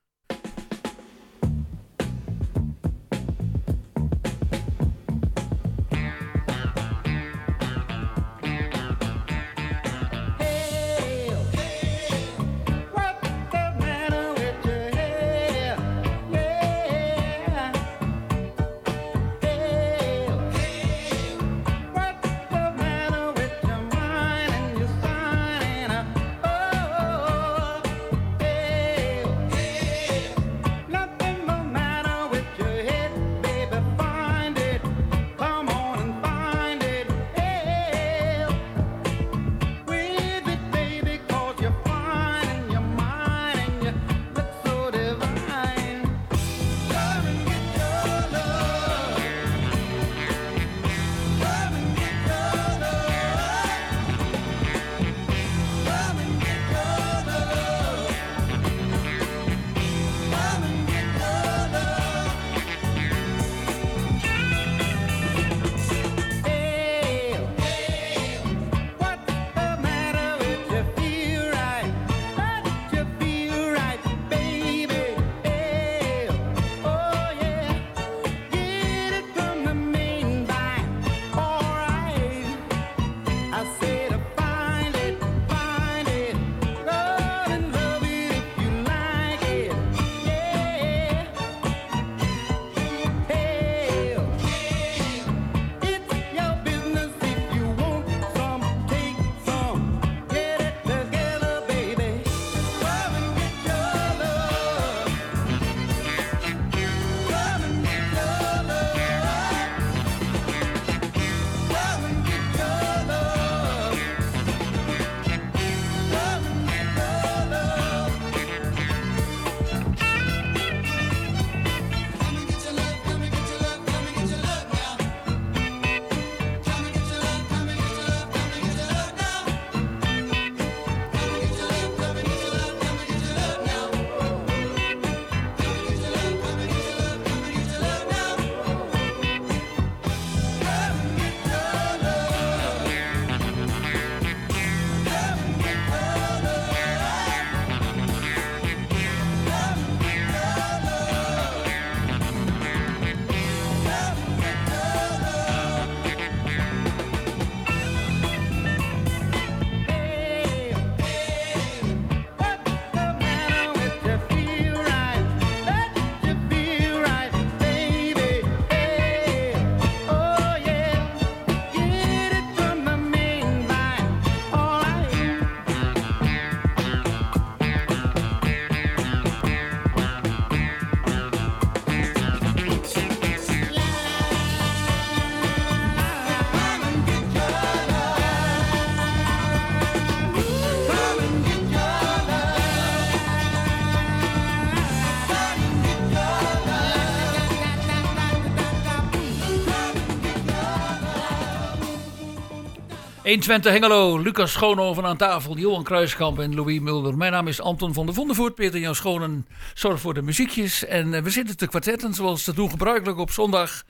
[SPEAKER 4] Twente Hengelo, Lucas Schoonhoven aan tafel, Johan Kruiskamp en Louis Mulder. Mijn naam is Anton van der Vondervoort, Peter Jan Schoonen zorgt voor de muziekjes. En we zitten te kwartetten zoals te doen gebruikelijk op zondag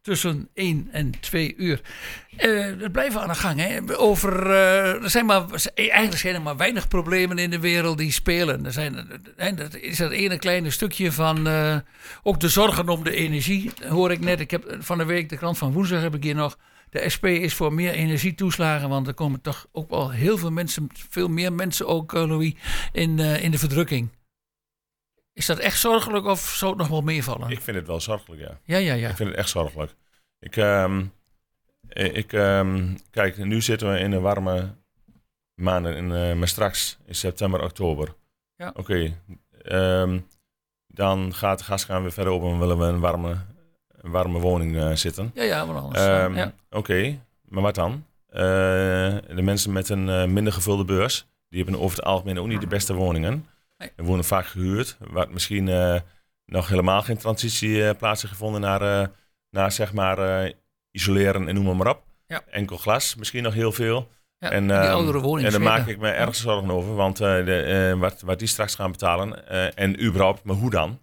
[SPEAKER 4] tussen 1 en 2 uur. Dat blijven we aan de gang. Hè? Eigenlijk zijn er maar weinig problemen in de wereld die spelen. Dat is dat ene kleine stukje van ook de zorgen om de energie. Dat hoor ik net. Ik heb van de week, de krant van woensdag heb ik hier nog. De SP is voor meer energietoeslagen, want er komen toch ook wel heel veel mensen, veel meer mensen ook, Louis, in de verdrukking. Is dat echt zorgelijk of zou het nog wel meevallen?
[SPEAKER 3] Ik vind het wel zorgelijk, ja.
[SPEAKER 4] Ja.
[SPEAKER 3] Ik vind het echt zorgelijk. Kijk, nu zitten we in de warme maanden, maar straks in september, oktober.
[SPEAKER 4] Ja.
[SPEAKER 3] Oké, dan gaat de gaskraan weer verder open en willen we een warme woning zitten.
[SPEAKER 4] Ja, maar anders.
[SPEAKER 3] Oké, maar wat dan? De mensen met een minder gevulde beurs, die hebben over het algemeen ook niet de beste woningen.
[SPEAKER 4] Nee.
[SPEAKER 3] Er worden vaak gehuurd, waar misschien nog helemaal geen transitie plaats heeft gevonden naar zeg maar isoleren en noem maar op.
[SPEAKER 4] Ja.
[SPEAKER 3] Enkel glas, misschien nog heel veel.
[SPEAKER 4] Ja,
[SPEAKER 3] en
[SPEAKER 4] die oudere woningen.
[SPEAKER 3] En daar maak ik me erg zorgen over, want wat die straks gaan betalen en überhaupt, maar hoe dan?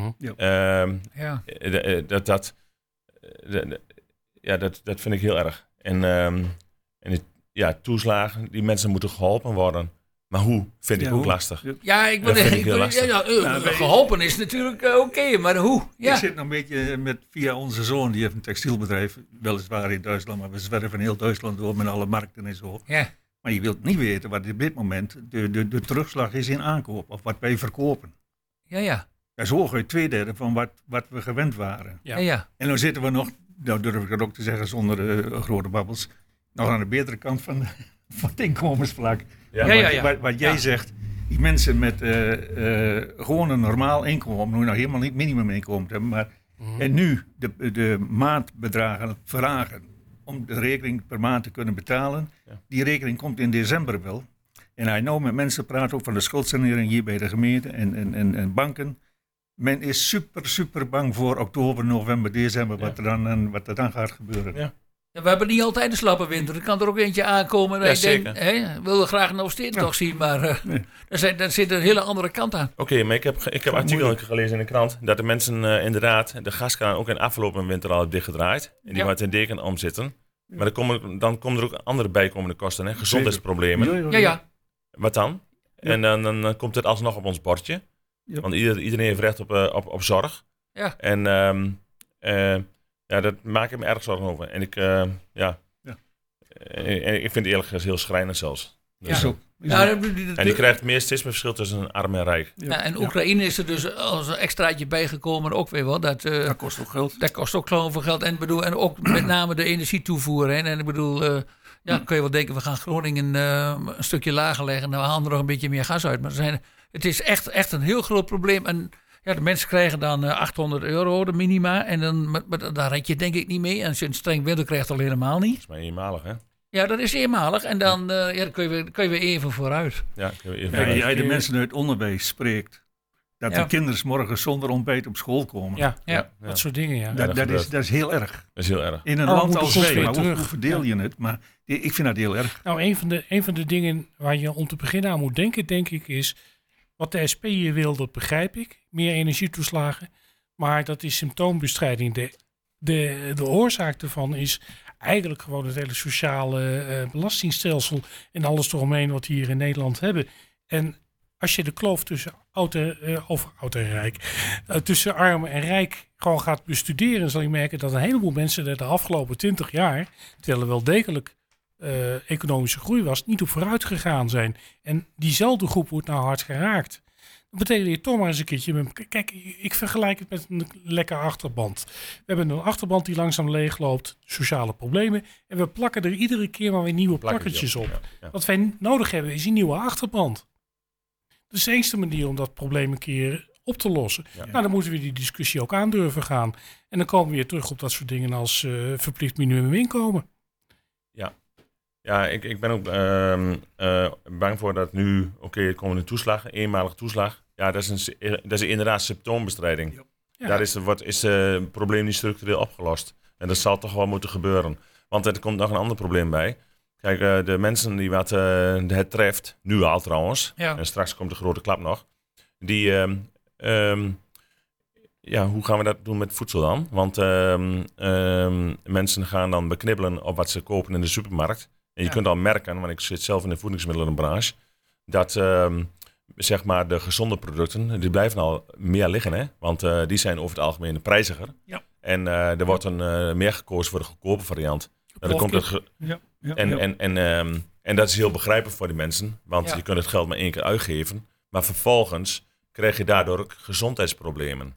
[SPEAKER 3] Dat vind ik heel erg. En toeslagen, die mensen moeten geholpen worden. Maar hoe, vind ik ook lastig.
[SPEAKER 4] Geholpen is natuurlijk oké, maar hoe? Ja.
[SPEAKER 5] Ik zit nog een beetje via onze zoon, die heeft een textielbedrijf, weliswaar in Duitsland, maar we zwerven heel Duitsland door met alle markten en zo.
[SPEAKER 4] Ja.
[SPEAKER 5] Maar je wilt niet weten wat op dit moment de terugslag is in aankoop, of wat wij verkopen.
[SPEAKER 4] Ja.
[SPEAKER 5] Dat is hooguit 2/3 van wat we gewend waren.
[SPEAKER 4] Ja.
[SPEAKER 5] En dan zitten we nog, nou durf ik dat ook te zeggen zonder grote babbels, nog aan de betere kant van het inkomensvlak. Wat jij zegt, die mensen met gewoon een normaal inkomen, nu nog helemaal niet minimuminkomen hebben, maar en nu de maandbedragen verlagen om de rekening per maand te kunnen betalen. Ja. Die rekening komt in december wel. En hij nou met mensen praat, ook van de schuldsanering hier bij de gemeente en banken. Men is super bang voor oktober, november, december, wat er dan gaat gebeuren.
[SPEAKER 3] Ja.
[SPEAKER 4] Ja, we hebben niet altijd een slappe winter. Er kan er ook eentje aankomen.
[SPEAKER 3] Ja, zeker.
[SPEAKER 4] Wil we graag een Oostende toch zien, maar daar zit een hele andere kant aan.
[SPEAKER 3] Oké, maar ik heb artikel gelezen in de krant dat de mensen inderdaad de gaskraan ook in de afgelopen winter al hebben dichtgedraaid. En die wat in deken omzitten. Maar dan komen er ook andere bijkomende kosten, hè? Gezondheidsproblemen.
[SPEAKER 4] Ja.
[SPEAKER 3] Wat dan? Ja. En dan komt het alsnog op ons bordje. Ja. Want iedereen heeft recht op zorg. Ja. En dat maak ik me erg zorgen over. En ik vind het eerlijk gezegd heel schrijnend zelfs. Dus, en je krijgt meer steeds meer verschil tussen arm en rijk.
[SPEAKER 4] Ja, en Oekraïne is er dus als een extraatje bijgekomen ook weer wel. Dat
[SPEAKER 5] kost ook geld.
[SPEAKER 4] Dat kost ook gewoon veel geld. En ook met name de energietoevoer. Hè. En ik bedoel, kun je wel denken, we gaan Groningen een stukje lager leggen. Nou, we halen er nog een beetje meer gas uit. Maar het is echt een heel groot probleem. En de mensen krijgen dan €800 de minima. En maar daar red je denk ik niet mee. En als je een streng winter krijgt, al helemaal niet.
[SPEAKER 3] Dat is maar eenmalig, hè?
[SPEAKER 4] Ja, dat is eenmalig. En dan kun je weer even vooruit.
[SPEAKER 3] Ja,
[SPEAKER 5] jij de mensen uit het onderwijs spreekt. Dat de kinderen 's morgens zonder ontbijt op school komen.
[SPEAKER 1] Ja. Dat soort dingen, ja.
[SPEAKER 5] Dat is heel erg.
[SPEAKER 3] Dat is heel erg.
[SPEAKER 5] In een land als wij, maar hoe verdeel je het? Maar ik vind dat heel erg.
[SPEAKER 1] Nou, een van de dingen waar je om te beginnen aan moet denken, denk ik, is wat de SP hier wil, dat begrijp ik. Meer energietoeslagen. Maar dat is symptoombestrijding. De oorzaak ervan is eigenlijk gewoon het hele sociale belastingstelsel en alles eromheen wat we hier in Nederland hebben. En als je de kloof tussen oud en rijk, tussen arm en rijk gewoon gaat bestuderen, zal je merken dat een heleboel mensen er de afgelopen 20 jaar, terwijl er wel degelijk economische groei was, niet op vooruit gegaan zijn. En diezelfde groep wordt nou hard geraakt. Dat betekent je toch maar eens een keertje. Kijk, ik vergelijk het met een lekker achterband. We hebben een achterband die langzaam leegloopt, sociale problemen. En we plakken er iedere keer maar weer nieuwe plakkertjes op. Ja. Wat wij nodig hebben is een nieuwe achterband. Dat is de enige manier om dat probleem een keer op te lossen. Ja. Nou, dan moeten we die discussie ook aan durven gaan. En dan komen we weer terug op dat soort dingen als verplicht minimuminkomen.
[SPEAKER 3] Ja, ik ben ook bang voor dat nu, er komen de toeslag, eenmalige toeslag. Ja, dat is inderdaad symptoombestrijding. Ja. Daar is het probleem niet structureel opgelost. En dat zal toch wel moeten gebeuren. Want er komt nog een ander probleem bij. Kijk, de mensen die wat het treft, nu al trouwens, en straks komt de grote klap nog, die hoe gaan we dat doen met voedsel dan? Want mensen gaan dan beknibbelen op wat ze kopen in de supermarkt. En je kunt al merken, want ik zit zelf in de voedingsmiddelenbranche, dat zeg maar de gezonde producten, die blijven al meer liggen. Hè? Want die zijn over het algemeen prijziger. Ja. En er wordt meer gekozen voor de goedkope variant. Dan komt het en dat is heel begrijpelijk voor die mensen. Want je kunt het geld maar 1 keer uitgeven. Maar vervolgens krijg je daardoor ook gezondheidsproblemen.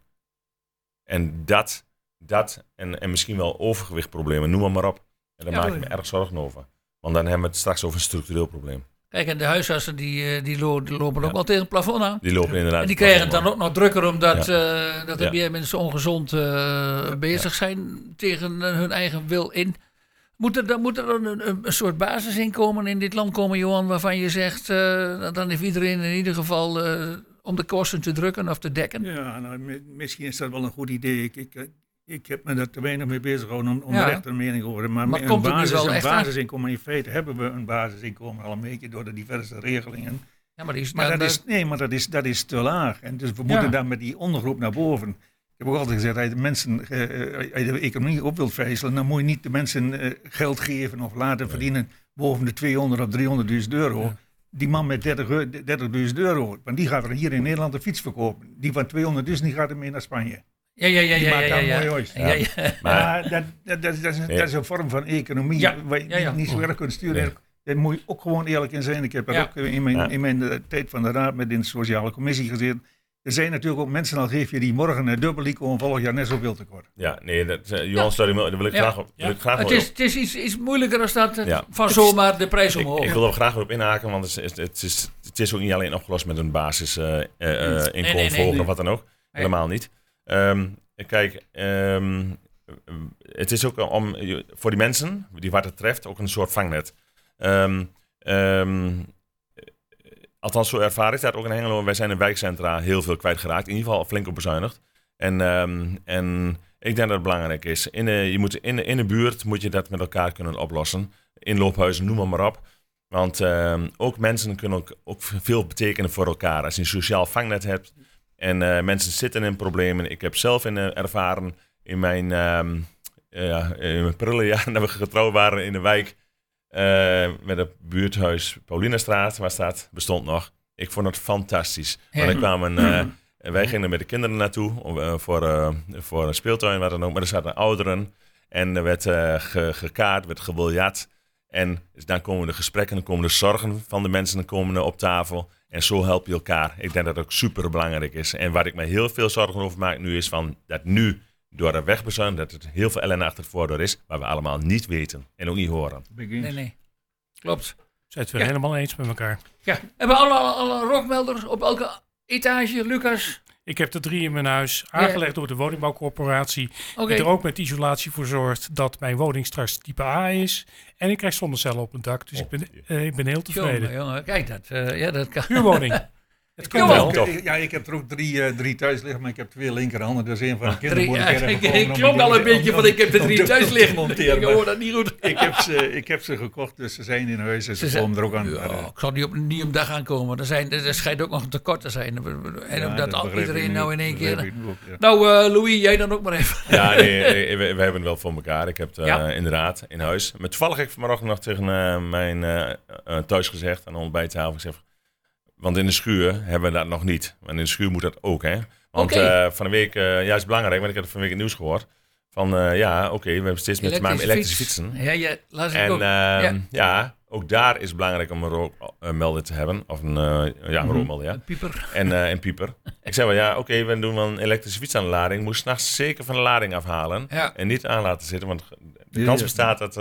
[SPEAKER 3] En dat en misschien wel overgewichtproblemen, noem maar op. En daar maak ik me erg zorgen over. Want dan hebben we het straks over een structureel probleem.
[SPEAKER 4] Kijk, en de huisartsen die lopen ook wel tegen het plafond aan.
[SPEAKER 3] Die lopen inderdaad.
[SPEAKER 4] En die krijgen het dan ook nog drukker omdat er meer mensen ongezond bezig zijn tegen hun eigen wil in. Moet er dan een soort basisinkomen in dit land komen, Johan, waarvan je zegt, dan heeft iedereen in ieder geval om de kosten te drukken of te dekken?
[SPEAKER 5] Ja, nou, misschien is dat wel een goed idee. Ik heb me daar te weinig mee bezig gehouden om er echt een mening over te maken. Maar een basisinkomen, in feite hebben we een basisinkomen al een beetje door de diverse regelingen. Ja, maar dat is te laag. En dus we moeten dan met die ondergroep naar boven. Ik heb ook altijd gezegd, als je mensen als je de economie op wilt vijzelen, dan moet je niet de mensen geld geven of laten verdienen boven de 200 of 300.000 euro. Ja. Die man met 30.000 euro, want die gaat er hier in Nederland een fiets verkopen. Die van 200.000 die gaat er mee naar Spanje. Die maakt daar een mooi huis. Maar dat is een vorm van economie waar je niet zo erg kunt sturen. Nee. Daar moet je ook gewoon eerlijk in zijn. Ik heb er ook in mijn tijd van de raad met in de sociale commissie gezeten. Er zijn natuurlijk ook mensen, al geef je die morgen dubbel, die komen volgend jaar net zoveel tekort.
[SPEAKER 3] Ja, nee, Johan, sorry, daar wil ik graag op.
[SPEAKER 4] Het is iets moeilijker als dat van zomaar de prijs omhoog.
[SPEAKER 3] Ik wil er graag op inhaken, want het is ook niet alleen opgelost met een basisinkomen of wat dan ook. Helemaal niet. Kijk, het is ook voor die mensen, die wat het treft, ook een soort vangnet. Althans, zo ervaar ik dat ook in Hengelo. Wij zijn in wijkcentra heel veel kwijtgeraakt. In ieder geval flink op bezuinigd. En ik denk dat het belangrijk is. In de buurt moet je dat met elkaar kunnen oplossen. Inloophuizen, noem maar op. Want ook mensen kunnen ook veel betekenen voor elkaar. Als je een sociaal vangnet hebt en mensen zitten in problemen. Ik heb zelf ervaren in mijn prille jaren dat we getrouwd waren in de wijk. Met het buurthuis Paulinestraat, waar staat, bestond nog. Ik vond het fantastisch. Want wij gingen er met de kinderen naartoe voor een speeltuin, wat dan ook. Maar er zaten ouderen en er werd gekaart, werd gebiljart. En dan komen de gesprekken, dan komen de zorgen van de mensen, dan komen op tafel. En zo help je elkaar. Ik denk dat dat ook super belangrijk is. En waar ik me heel veel zorgen over maak nu is van dat nu door de wegbezuin, dat het heel veel ellende achter het voordeur is, waar we allemaal niet weten en ook niet horen.
[SPEAKER 4] Nee. Klopt.
[SPEAKER 1] Zijn het weer helemaal eens met elkaar.
[SPEAKER 4] Ja. Hebben we alle rookmelders op elke etage, Lucas?
[SPEAKER 1] Ik heb er 3 in mijn huis, aangelegd door de woningbouwcorporatie. Die er ook met isolatie voor zorgt dat mijn woning straks type A is. En ik krijg zonnecellen op het dak. Dus ik ben heel tevreden.
[SPEAKER 4] Jongen, kijk dat kan.
[SPEAKER 1] Huurwoning. Het kan wel.
[SPEAKER 5] Ja, ik heb er ook 3 thuis liggen, maar ik heb 2 linkerhanden. Dus een van de kinderen
[SPEAKER 4] ik klonk al een beetje van ik heb er 3 thuis liggen. Ik hoor dat niet goed.
[SPEAKER 5] Ik heb ze gekocht, dus ze zijn in huis en ze komen er ook aan.
[SPEAKER 4] Ja, ik zal niet op dag aankomen. Er schijnt ook nog een tekort te zijn. En omdat iedereen nou in één keer... Nou, Louis, jij dan ook maar even.
[SPEAKER 3] Ja, nee, we hebben het wel voor elkaar. Ik heb het inderdaad in huis. Maar toevallig heb ik vanochtend nog tegen mijn thuis gezegd, aan de ontbijttafel gezegd, want in de schuur hebben we dat nog niet. Maar in de schuur moet dat ook, hè. Want van de week, is belangrijk, want ik heb van de week het nieuws gehoord. Van, we hebben steeds meer te maken met elektrische fietsen.
[SPEAKER 4] Ja, laat ik ook.
[SPEAKER 3] Ook daar is het belangrijk om een rookmelder te hebben. Of een rookmelder, ja.
[SPEAKER 4] Een pieper.
[SPEAKER 3] En pieper. Ik zei wel, we doen wel een elektrische fiets aan de lading. Moet je 's nachts zeker van de lading afhalen. Ja. En niet aan laten zitten, want de kans bestaat dat...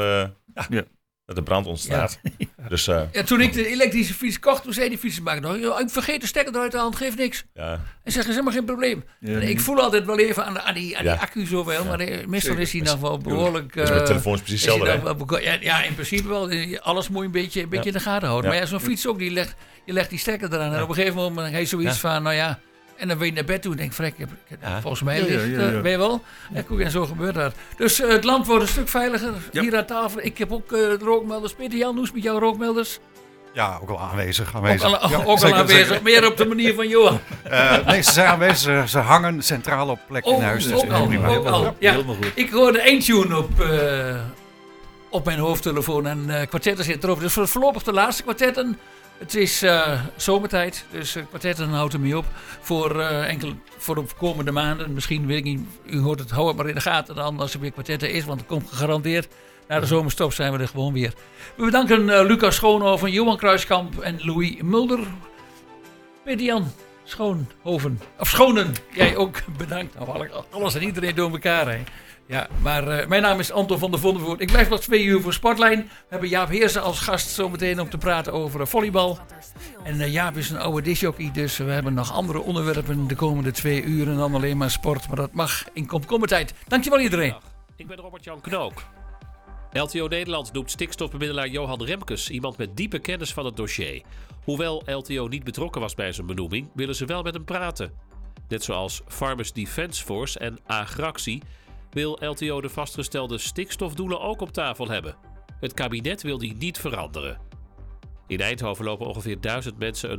[SPEAKER 3] dat de brand ontstaat. Ja. Dus,
[SPEAKER 4] toen ik de elektrische fiets kocht, toen zei die fietsenmaker nog, ik vergeet de stekker eruit te halen, geeft niks. Ja. En zeg, is helemaal geen probleem. Ja, ik voel altijd wel even aan die accu zoveel, maar meestal is hij nog wel behoorlijk...
[SPEAKER 3] Dus met telefoons precies hetzelfde,
[SPEAKER 4] ja, in principe wel. Alles moet je een beetje in de gaten houden. Maar zo'n fiets ook, je legt die stekker eraan. En op een gegeven moment heb je zoiets van, en dan wil je naar bed toe en denk vrek, volgens mij ben je wel. En zo gebeurt dat. Dus het land wordt een stuk veiliger. Hier aan tafel. Ik heb ook rookmelders. Peter Jan, hoe is het met jouw rookmelders?
[SPEAKER 6] Ja, ook al aanwezig.
[SPEAKER 4] Ook al aanwezig, meer op de manier van Johan.
[SPEAKER 6] Nee, ze zijn aanwezig. Ze hangen centraal op plek in huis. Dus
[SPEAKER 4] ook al. Ja. Helemaal goed. Ik hoorde één tune op mijn hoofdtelefoon en kwartetten zitten erop. Dus voorlopig de laatste kwartetten. Het is zomertijd, dus kwartetten houdt er mee op. Voor de komende maanden. Misschien, weet ik niet, u hoort het, hou het maar in de gaten dan als er weer kwartetten is. Want er komt gegarandeerd. Na de zomerstop zijn we er gewoon weer. We bedanken Lucas Schoonhoven, Johan Kruiskamp en Louis Mulder. Peter-Jan Schonen, jij ook bedankt. Nou, alles en iedereen door elkaar. Hè. Ja, maar mijn naam is Anton van der Vondervoort. Ik blijf nog 2 uur voor Sportlijn. We hebben Jaap Heersen als gast zometeen om te praten over volleybal. En Jaap is een oude discjockey, dus we hebben nog andere onderwerpen de komende 2 uur. En dan alleen maar sport, maar dat mag in komkommertijd. Dankjewel iedereen.
[SPEAKER 7] Ik ben Robert-Jan Knook. LTO Nederland noemt stikstofbemiddelaar Johan Remkes, iemand met diepe kennis van het dossier. Hoewel LTO niet betrokken was bij zijn benoeming, willen ze wel met hem praten. Net zoals Farmers Defence Force en Agractie wil LTO de vastgestelde stikstofdoelen ook op tafel hebben. Het kabinet wil die niet veranderen. In Eindhoven lopen ongeveer 1000 mensen een